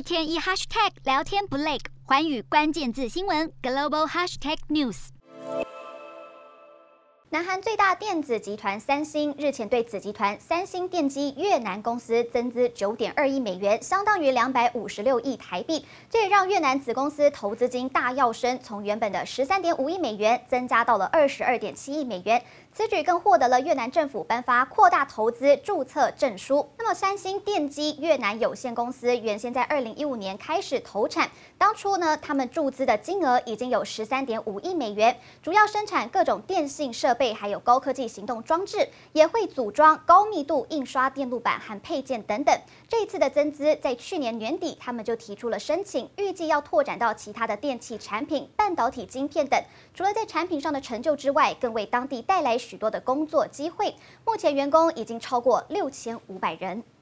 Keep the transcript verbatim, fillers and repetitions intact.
天一 hashtag 聊天不累，寰宇关键字新闻 global hashtag news。 南韩最大电子集团三星日前对子集团三星电机越南公司增资九点二亿美元，相当于两百五十六亿台币。这也让越南子公司投资金大跃升，从原本的十三点五亿美元增加到了二十二点七亿美元。此举更获得了越南政府颁发扩大投资注册证书。那么，三星电机越南有限公司原先在二零一五年开始投产，当初呢，他们注资的金额已经有十三点五亿美元，主要生产各种电信设备，还有高科技行动装置，也会组装高密度印刷电路板和配件等等。这一次的增资，在去年年底，他们就提出了申请，预计要拓展到其他的电器产品、半导体晶片等。除了在产品上的成就之外，更为当地带来许多的工作机会。目前员工已经超过六千五百人。